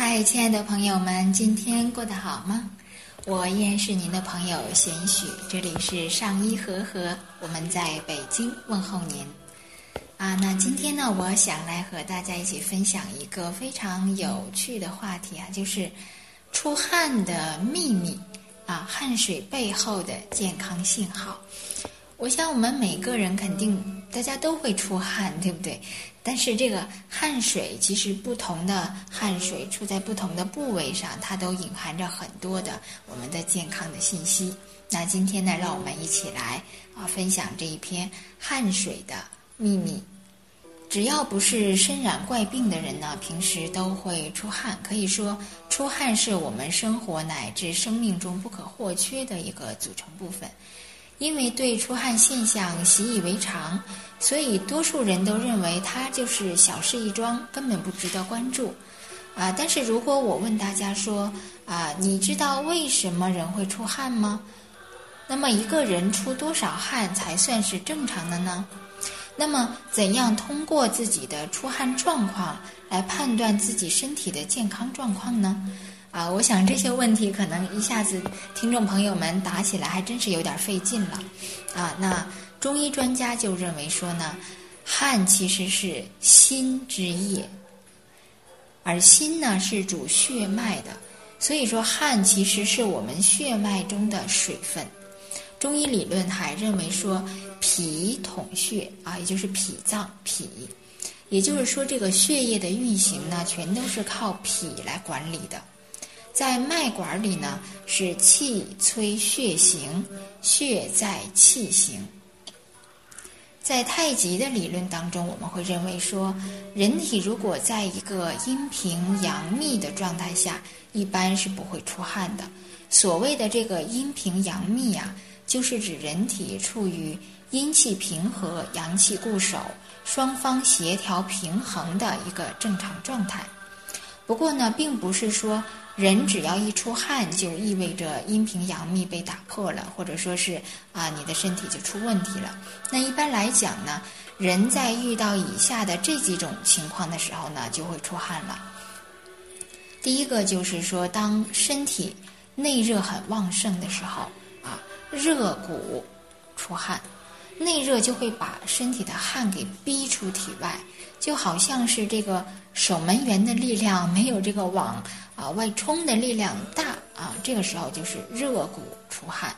嗨，亲爱的朋友们，今天过得好吗？我依然是您的朋友贤许，这里是上医和和，我们在北京问候您。那今天呢，我想来和大家一起分享一个非常有趣的话题就是出汗的秘密汗水背后的健康信号。我想我们每个人肯定大家都会出汗，对不对？但是这个汗水其实不同的汗水出在不同的部位上，它都隐含着很多的我们的健康的信息。那今天呢，让我们一起来分享这一篇汗水的秘密。只要不是身染怪病的人呢，平时都会出汗。可以说出汗是我们生活乃至生命中不可或缺的一个组成部分。因为对出汗现象习以为常，所以多数人都认为它就是小事一桩，根本不值得关注。但是如果我问大家说你知道为什么人会出汗吗？那么一个人出多少汗才算是正常的呢？那么怎样通过自己的出汗状况来判断自己身体的健康状况呢？我想这些问题可能一下子听众朋友们答起来还真是有点费劲了。那中医专家就认为说呢，汗其实是心之液，而心呢是主血脉的，所以说汗其实是我们血脉中的水分。中医理论还认为说，脾统血也就是脾脏脾，也就是说这个血液的运行呢，全都是靠脾来管理的。在脉管里呢，是气催血行，血在气行。在太极的理论当中，我们会认为说，人体如果在一个阴平阳秘的状态下，一般是不会出汗的。所谓的这个阴平阳秘就是指人体处于阴气平和、阳气固守、双方协调平衡的一个正常状态。不过呢，并不是说人只要一出汗就意味着阴平阳秘被打破了，或者说是你的身体就出问题了。那一般来讲呢，人在遇到以下的这几种情况的时候呢，就会出汗了。第一个就是说，当身体内热很旺盛的时候热谷出汗，内热就会把身体的汗给逼出体外，就好像是这个守门员的力量没有这个往外冲的力量大这个时候就是热谷出汗。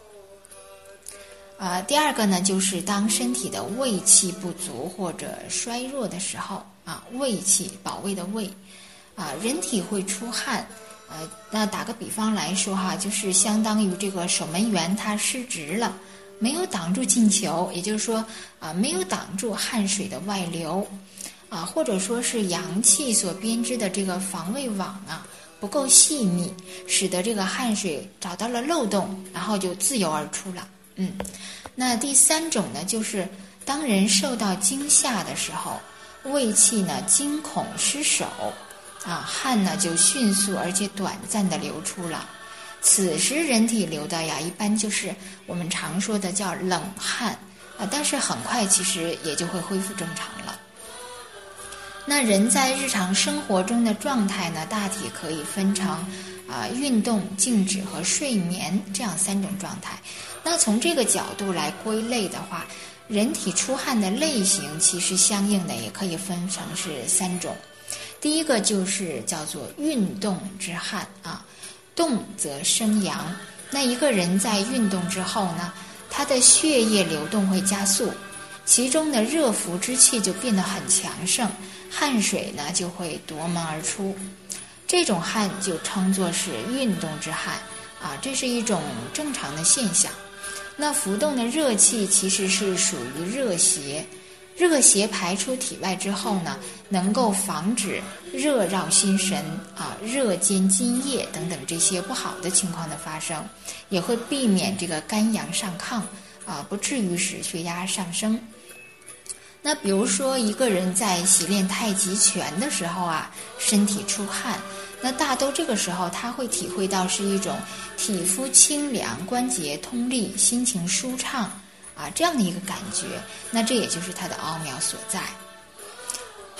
第二个呢，就是当身体的胃气不足或者衰弱的时候胃气保卫的胃人体会出汗。那打个比方来说就是相当于这个守门员他失职了，没有挡住进球，也就是说没有挡住汗水的外流或者说是阳气所编织的这个防卫网不够细密，使得这个汗水找到了漏洞，然后就自由而出了。那第三种呢，就是当人受到惊吓的时候，胃气呢惊恐失守汗呢就迅速而且短暂的流出了。此时人体流的一般就是我们常说的叫冷汗但是很快其实也就会恢复正常了。那人在日常生活中的状态呢，大体可以分成运动、静止和睡眠这样三种状态。那从这个角度来归类的话，人体出汗的类型其实相应的也可以分成是三种。第一个就是叫做运动之汗动则生阳。那一个人在运动之后呢，他的血液流动会加速，其中的热伏之气就变得很强盛，汗水呢就会夺门而出。这种汗就称作是运动之汗这是一种正常的现象。那浮动的热气其实是属于热邪，热邪排出体外之后呢，能够防止热绕心神热兼津液等等这些不好的情况的发生，也会避免这个肝阳上亢不至于使血压上升。那比如说一个人在习练太极拳的时候身体出汗，那大都这个时候他会体会到是一种体肤清凉、关节通利、心情舒畅这样的一个感觉。那这也就是它的奥妙所在。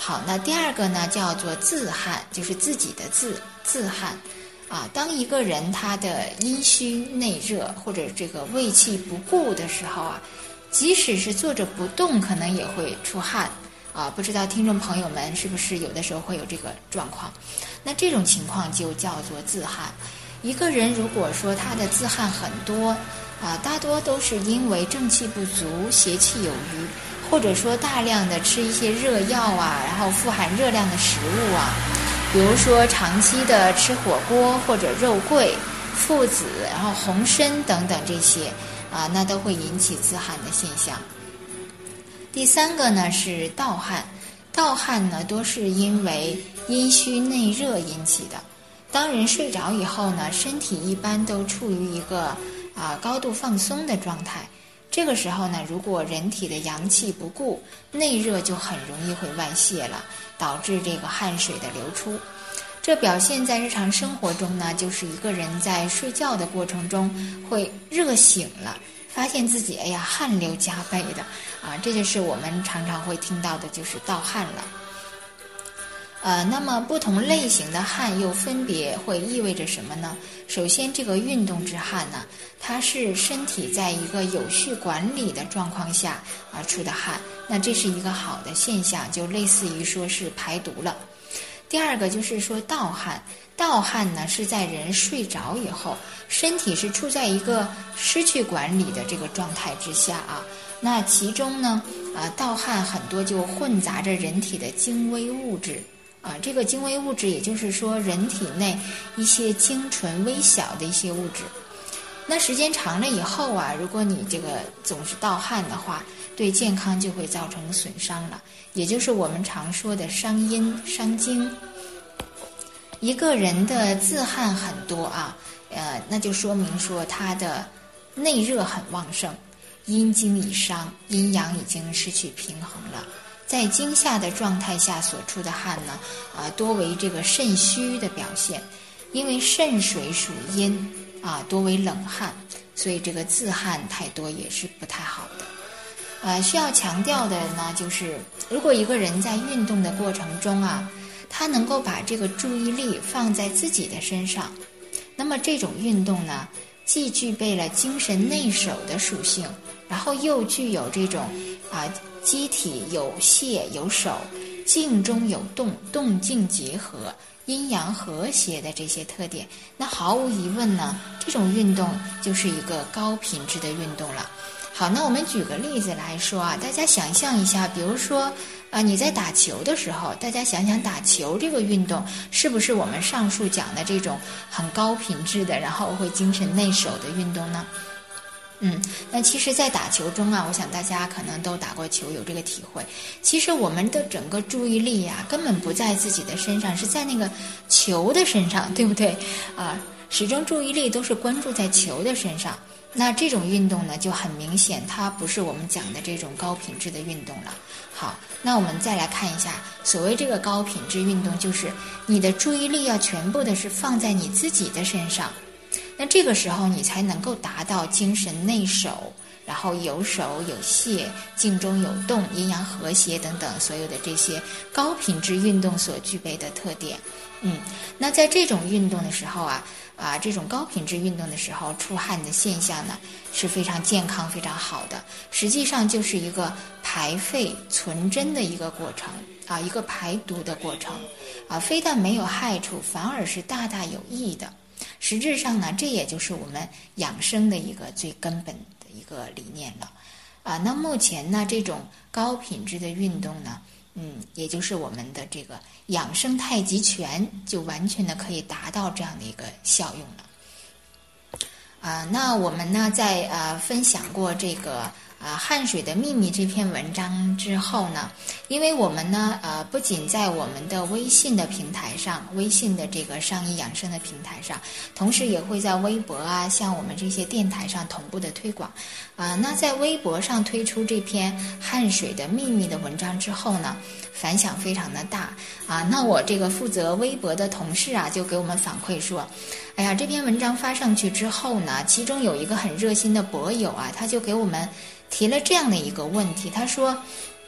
好，那第二个呢叫做自汗，就是自己的自汗。当一个人他的阴虚内热或者这个胃气不固的时候即使是坐着不动，可能也会出汗不知道听众朋友们是不是有的时候会有这个状况？那这种情况就叫做自汗。一个人如果说他的自汗很多大多都是因为正气不足、邪气有余，或者说大量的吃一些热药然后富含热量的食物比如说长期的吃火锅或者肉桂、附子，然后红参等等这些那都会引起自汗的现象。第三个呢是盗汗，盗汗呢多是因为阴虚内热引起的。当人睡着以后呢，身体一般都处于一个高度放松的状态。这个时候呢，如果人体的阳气不固，内热就很容易会外泄了，导致这个汗水的流出。这表现在日常生活中呢，就是一个人在睡觉的过程中会热醒了，发现自己汗流浃背的这就是我们常常会听到的，就是盗汗了。那么不同类型的汗又分别会意味着什么呢？首先，这个运动之汗呢，它是身体在一个有序管理的状况下出的汗，那这是一个好的现象，就类似于说是排毒了。第二个就是说盗汗，盗汗呢是在人睡着以后，身体是处在一个失去管理的这个状态之下那其中呢盗汗很多就混杂着人体的精微物质。这个精微物质也就是说人体内一些精纯微小的一些物质。那时间长了以后如果你这个总是盗汗的话，对健康就会造成损伤了，也就是我们常说的伤阴伤精。一个人的自汗很多那就说明说他的内热很旺盛，阴经已伤，阴阳已经失去平衡了。在惊吓的状态下所出的汗呢多为这个肾虚的表现，因为肾水属阴多为冷汗，所以这个自汗太多也是不太好的。需要强调的呢，就是如果一个人在运动的过程中他能够把这个注意力放在自己的身上，那么这种运动呢，既具备了精神内守的属性，然后又具有这种机体有泄有守，静中有动，动静结合，阴阳和谐的这些特点，那毫无疑问呢，这种运动就是一个高品质的运动了。好，那我们举个例子来说大家想象一下，比如说你在打球的时候，大家想想打球这个运动是不是我们上述讲的这种很高品质的，然后会精神内守的运动呢？那其实在打球中我想大家可能都打过球，有这个体会。其实我们的整个注意力根本不在自己的身上，是在那个球的身上，对不对始终注意力都是关注在球的身上。那这种运动呢，就很明显它不是我们讲的这种高品质的运动了。好，那我们再来看一下，所谓这个高品质运动，就是你的注意力要全部的是放在你自己的身上，那这个时候你才能够达到精神内守，然后有守有泄，静中有动，阴阳和谐等等所有的这些高品质运动所具备的特点。那在这种运动的时候这种高品质运动的时候出汗的现象呢是非常健康非常好的，实际上就是一个排废存真的一个过程一个排毒的过程非但没有害处，反而是大大有益的。实质上呢，这也就是我们养生的一个最根本的一个理念了那目前呢，这种高品质的运动呢也就是我们的这个养生太极拳，就完全的可以达到这样的一个效用了那我们呢在分享过这个汗水的秘密这篇文章之后呢，因为我们呢不仅在我们的微信的平台上，微信的这个上医养生的平台上，同时也会在微博像我们这些电台上同步的推广那在微博上推出这篇汗水的秘密的文章之后呢，反响非常的大那我这个负责微博的同事就给我们反馈说，哎呀，这篇文章发上去之后呢，其中有一个很热心的博友他就给我们提了这样的一个问题，他说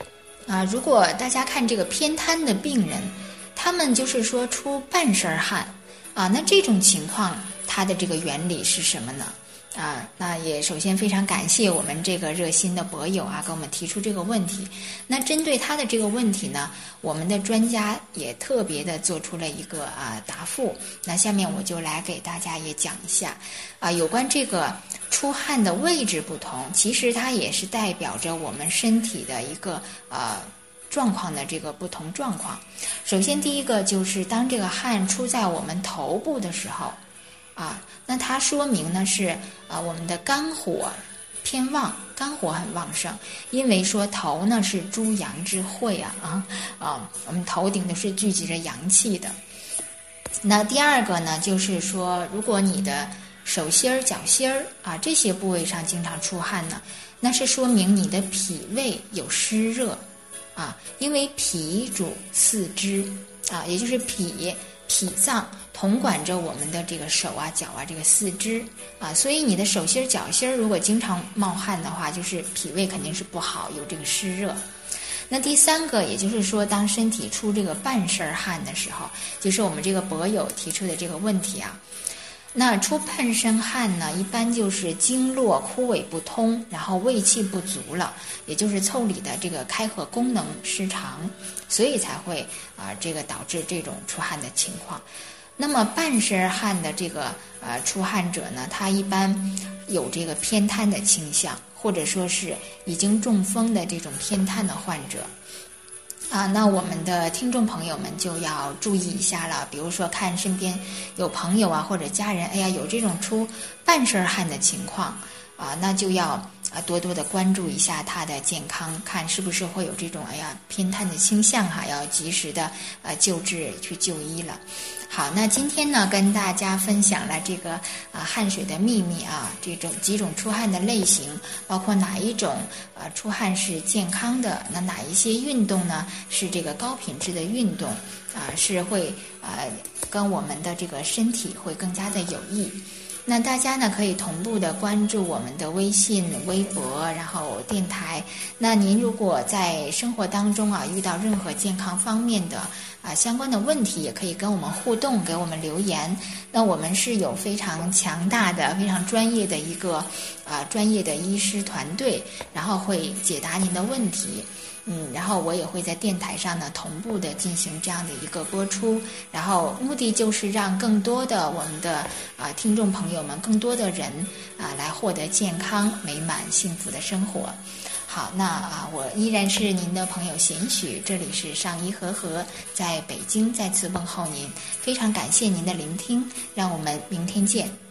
如果大家看这个偏瘫的病人，他们就是说出半身汗那这种情况它的这个原理是什么呢？那也首先非常感谢我们这个热心的博友给我们提出这个问题。那针对他的这个问题呢，我们的专家也特别的做出了一个答复。那下面我就来给大家也讲一下有关这个出汗的位置不同，其实它也是代表着我们身体的一个状况的这个不同状况。首先第一个就是当这个汗出在我们头部的时候那它说明呢是我们的肝火偏旺，肝火很旺盛。因为说头呢是诸阳之会我们头顶的是聚集着阳气的。那第二个呢，就是说如果你的手心儿、脚心儿这些部位上经常出汗呢，那是说明你的脾胃有湿热因为脾主四肢也就是脾脏统管着我们的这个手脚这个四肢所以你的手心脚心如果经常冒汗的话，就是脾胃肯定是不好，有这个湿热。那第三个，也就是说当身体出这个半身汗的时候，就是我们这个博友提出的这个问题那出半身汗呢，一般就是经络枯萎不通，然后胃气不足了，也就是腠理的这个开合功能失常，所以才会这个导致这种出汗的情况。那么半身汗的这个出汗者呢，他一般有这个偏瘫的倾向，或者说是已经中风的这种偏瘫的患者那我们的听众朋友们就要注意一下了。比如说看身边有朋友或者家人有这种出半身汗的情况那就要多多的关注一下他的健康，看是不是会有这种偏瘫的倾向要及时的救治去就医了。好，那今天呢跟大家分享了这个汗水的秘密这种几种出汗的类型，包括哪一种出汗是健康的，那哪一些运动呢是这个高品质的运动是会跟我们的这个身体会更加的有益。那大家呢可以同步的关注我们的微信、微博，然后电台。那您如果在生活当中遇到任何健康方面的相关的问题，也可以跟我们互动，给我们留言。那我们是有非常强大的、非常专业的一个专业的医师团队，然后会解答您的问题。然后我也会在电台上呢同步的进行这样的一个播出，然后目的就是让更多的我们的听众朋友们，更多的人来获得健康、美满、幸福的生活。好，那我依然是您的朋友贤许，这里是上医和和，在北京再次问候您，非常感谢您的聆听，让我们明天见。